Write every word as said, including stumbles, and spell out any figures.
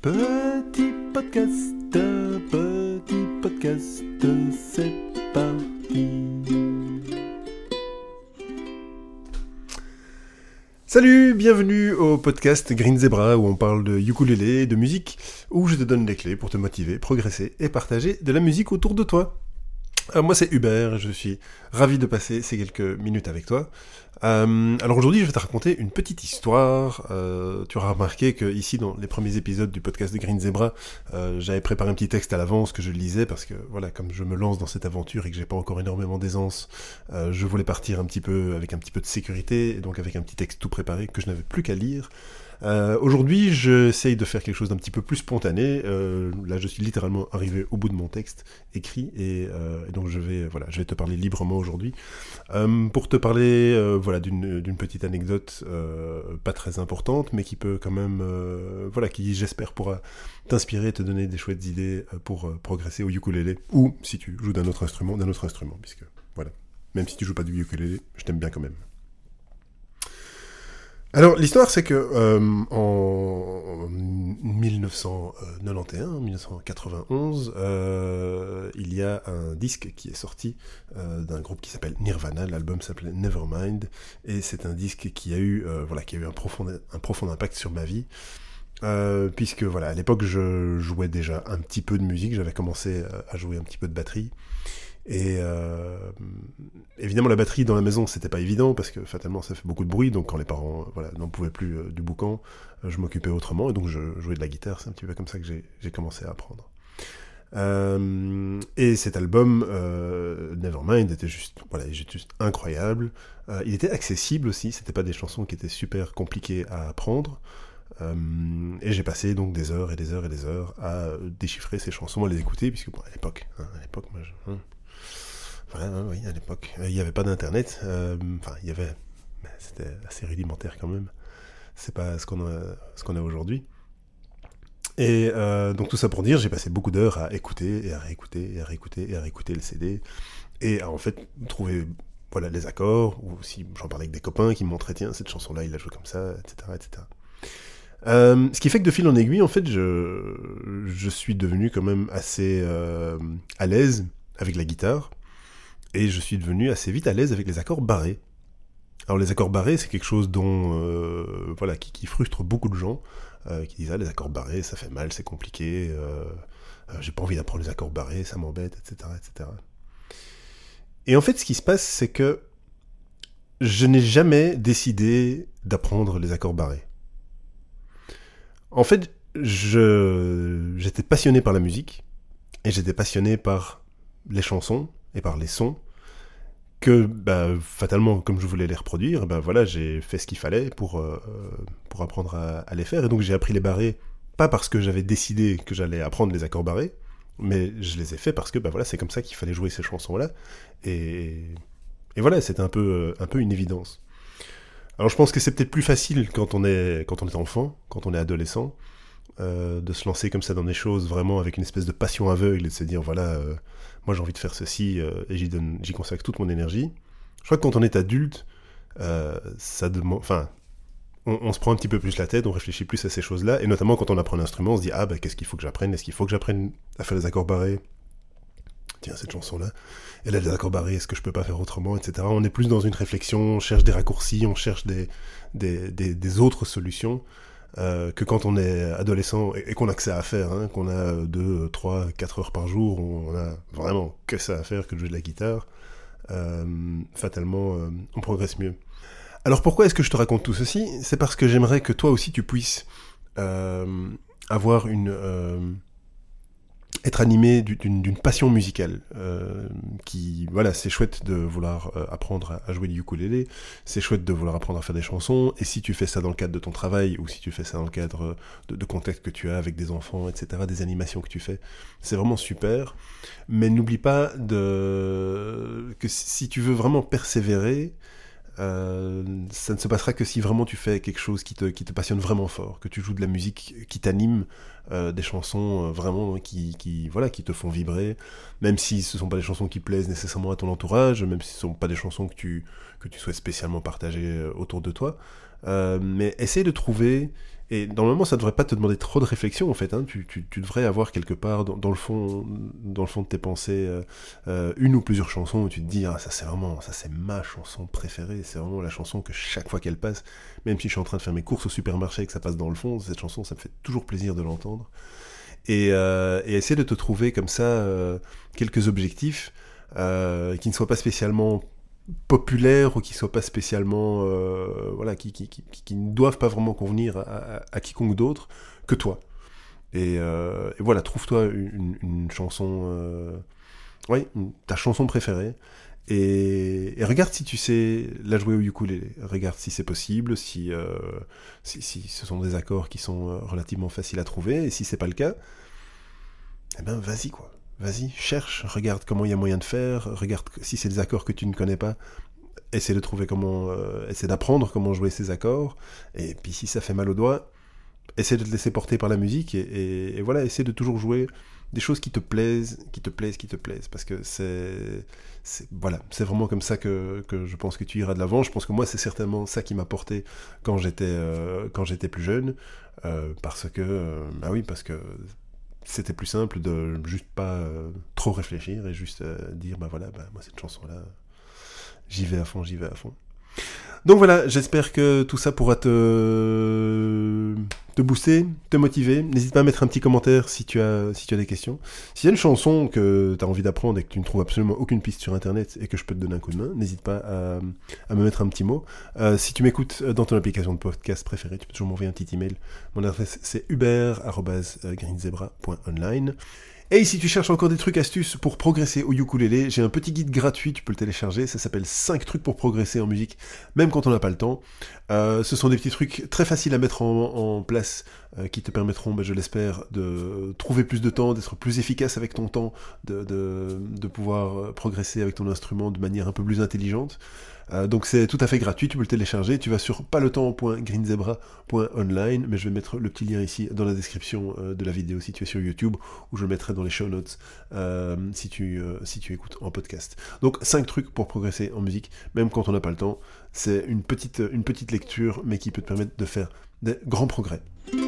Petit podcast, petit podcast, c'est parti. Salut, bienvenue au podcast Green Zebra où on parle de ukulélé et de musique, où je te donne des clés pour te motiver, progresser et partager de la musique autour de toi. Euh, moi c'est Hubert et je suis ravi de passer ces quelques minutes avec toi. Euh, alors aujourd'hui je vais te raconter une petite histoire. Euh, tu auras remarqué que ici dans les premiers épisodes du podcast de Green Zebra, euh, j'avais préparé un petit texte à l'avance que je lisais parce que voilà, comme je me lance dans cette aventure et que j'ai pas encore énormément d'aisance, euh, je voulais partir un petit peu avec un petit peu de sécurité et donc avec un petit texte tout préparé que je n'avais plus qu'à lire. Euh, aujourd'hui, j'essaye de faire quelque chose d'un petit peu plus spontané. Euh, là, je suis littéralement arrivé au bout de mon texte écrit et, euh, et donc je vais, voilà, je vais te parler librement aujourd'hui euh, pour te parler, euh, voilà, d'une, d'une petite anecdote euh, pas très importante, mais qui peut quand même, euh, voilà, qui j'espère pourra t'inspirer, te donner des chouettes idées pour euh, progresser au ukulélé ou si tu joues d'un autre instrument, d'un autre instrument, puisque voilà, même si tu joues pas du ukulélé, je t'aime bien quand même. Alors, l'histoire, c'est que euh, en dix-neuf cent quatre-vingt-onze, dix-neuf cent quatre-vingt-onze, euh, il y a un disque qui est sorti euh, d'un groupe qui s'appelle Nirvana. L'album s'appelait Nevermind, et c'est un disque qui a eu, euh, voilà, qui a eu un profond, un profond impact sur ma vie. Euh, puisque voilà, à l'époque, je jouais déjà un petit peu de musique. J'avais commencé à jouer un petit peu de batterie. Et euh, évidemment la batterie dans la maison c'était pas évident parce que fatalement ça fait beaucoup de bruit, donc quand les parents voilà, n'en pouvaient plus euh, du boucan, euh, je m'occupais autrement et donc je jouais de la guitare. C'est un petit peu comme ça que j'ai, j'ai commencé à apprendre. Euh, et cet album euh, Nevermind était juste, voilà, juste incroyable. Euh, il était accessible aussi, c'était pas des chansons qui étaient super compliquées à apprendre. Euh, et j'ai passé donc des heures et des heures et des heures à déchiffrer ces chansons, à les écouter, puisque bon, à l'époque, hein, à l'époque, moi, je, hein, voilà, hein, oui, à l'époque, il n'y avait pas d'internet. Euh, enfin, il y avait, mais c'était assez rudimentaire quand même. C'est pas ce qu'on a, ce qu'on a aujourd'hui. Et euh, donc tout ça pour dire, j'ai passé beaucoup d'heures à écouter et à réécouter et à réécouter et à réécouter le C D et à en fait trouver, voilà, les accords. Ou si j'en parlais avec des copains qui me montraient, tiens, cette chanson-là, il la joue comme ça, et cetera, et cetera. Euh, ce qui fait que de fil en aiguille, en fait, je, je suis devenu quand même assez euh, à l'aise avec la guitare, et je suis devenu assez vite à l'aise avec les accords barrés. Alors les accords barrés, c'est quelque chose dont, euh, voilà, qui, qui frustre beaucoup de gens, euh, qui disent ah les accords barrés, ça fait mal, c'est compliqué, euh, euh, j'ai pas envie d'apprendre les accords barrés, ça m'embête, et cetera, et cetera. Et en fait, ce qui se passe, c'est que je n'ai jamais décidé d'apprendre les accords barrés. En fait, je, j'étais passionné par la musique, et j'étais passionné par les chansons, et par les sons, que, bah, fatalement, comme je voulais les reproduire, bah, voilà, j'ai fait ce qu'il fallait pour, euh, pour apprendre à, à les faire, et donc j'ai appris les barrés, pas parce que j'avais décidé que j'allais apprendre les accords barrés, mais je les ai faits parce que, bah, voilà, c'est comme ça qu'il fallait jouer ces chansons-là, et, et voilà, c'était un peu, un peu une évidence. Alors je pense que c'est peut-être plus facile quand on est, quand on est enfant, quand on est adolescent, euh, de se lancer comme ça dans des choses vraiment avec une espèce de passion aveugle et de se dire voilà, euh, moi j'ai envie de faire ceci euh, et j'y donne, j'y consacre toute mon énergie. Je crois que quand on est adulte, euh, ça demande, enfin, on, on se prend un petit peu plus la tête, on réfléchit plus à ces choses-là, et notamment quand on apprend un instrument, on se dit ah bah qu'est-ce qu'il faut que j'apprenne, est-ce qu'il faut que j'apprenne à faire les accords barrés? Tiens, cette chanson-là, elle a des accords barrés, est-ce que je peux pas faire autrement, et cetera. On est plus dans une réflexion, on cherche des raccourcis, on cherche des, des, des, des autres solutions euh, que quand on est adolescent et, et qu'on a que ça à faire, hein, qu'on a deux, trois, quatre heures par jour, on a vraiment que ça à faire que de jouer de la guitare, euh, fatalement, euh, on progresse mieux. Alors pourquoi est-ce que je te raconte tout ceci ? C'est parce que j'aimerais que toi aussi tu puisses euh, avoir une... Euh, être animé d'une, d'une passion musicale, euh, qui, voilà, c'est chouette de vouloir euh, apprendre à, à jouer du ukulélé, c'est chouette de vouloir apprendre à faire des chansons, et si tu fais ça dans le cadre de ton travail, ou si tu fais ça dans le cadre de, de contacts que tu as avec des enfants, et cetera, des animations que tu fais, c'est vraiment super, mais n'oublie pas de... que si tu veux vraiment persévérer, Euh, ça ne se passera que si vraiment tu fais quelque chose qui te, qui te passionne vraiment fort, que tu joues de la musique qui t'anime, euh, des chansons euh, vraiment qui, qui, voilà, qui te font vibrer, même si ce ne sont pas des chansons qui plaisent nécessairement à ton entourage, même si ce ne sont pas des chansons que tu, que tu souhaites spécialement partager autour de toi, euh, mais essaye de trouver Et normalement, ça devrait pas te demander trop de réflexion, en fait. Hein. Tu, tu, tu devrais avoir quelque part, dans, dans, le fond, dans le fond de tes pensées, euh, euh, une ou plusieurs chansons où tu te dis, ah, ça c'est vraiment, ça c'est ma chanson préférée, c'est vraiment la chanson que chaque fois qu'elle passe, même si je suis en train de faire mes courses au supermarché et que ça passe dans le fond, cette chanson, ça me fait toujours plaisir de l'entendre. Et, euh, et essayer de te trouver comme ça euh, quelques objectifs euh, qui ne soient pas spécialement populaires ou qui soient pas spécialement euh, voilà qui, qui, qui, qui ne doivent pas vraiment convenir à, à, à quiconque d'autre que toi et, euh, et voilà, trouve-toi une, une chanson euh, ouais, une, ta chanson préférée et, et regarde si tu sais la jouer au ukulélé, regarde si c'est possible, si, euh, si, si ce sont des accords qui sont relativement faciles à trouver, et si c'est pas le cas, eh ben vas-y quoi. Vas-y, cherche, regarde comment il y a moyen de faire, regarde si c'est des accords que tu ne connais pas, essaie de trouver comment, euh, essaie d'apprendre comment jouer ces accords, et puis si ça fait mal aux doigts, essaie de te laisser porter par la musique, et, et, et voilà, essaie de toujours jouer des choses qui te plaisent, qui te plaisent, qui te plaisent, parce que c'est, c'est voilà, c'est vraiment comme ça que, que je pense que tu iras de l'avant. Je pense que moi, c'est certainement ça qui m'a porté quand j'étais, euh, quand j'étais plus jeune, euh, parce que, euh, bah oui, parce que c'était plus simple de juste pas euh, trop réfléchir et juste euh, dire bah voilà, bah moi cette chanson là j'y vais à fond, j'y vais à fond. Donc voilà, j'espère que tout ça pourra te te booster, te motiver. N'hésite pas à mettre un petit commentaire si tu as si tu as des questions. S'il y a une chanson que tu as envie d'apprendre et que tu ne trouves absolument aucune piste sur internet et que je peux te donner un coup de main, n'hésite pas à, à me mettre un petit mot. Euh, si tu m'écoutes dans ton application de podcast préférée, tu peux toujours m'envoyer un petit email. Mon adresse c'est hubert arobase greenzebra point online. Et si tu cherches encore des trucs astuces pour progresser au ukulélé, j'ai un petit guide gratuit, tu peux le télécharger, ça s'appelle cinq trucs pour progresser en musique, même quand on n'a pas le temps. Euh, ce sont des petits trucs très faciles à mettre en, en place, euh, qui te permettront, bah, je l'espère, de trouver plus de temps, d'être plus efficace avec ton temps, de, de, de pouvoir progresser avec ton instrument de manière un peu plus intelligente. Euh, donc c'est tout à fait gratuit, tu peux le télécharger, tu vas sur paletemps point greenzebra point online, mais je vais mettre le petit lien ici dans la description euh, de la vidéo si tu es sur YouTube, ou je le mettrai dans les show notes euh, si, tu, euh, si tu écoutes en podcast. Donc cinq trucs pour progresser en musique, même quand on n'a pas le temps. C'est une petite, une petite lecture, mais qui peut te permettre de faire des grands progrès.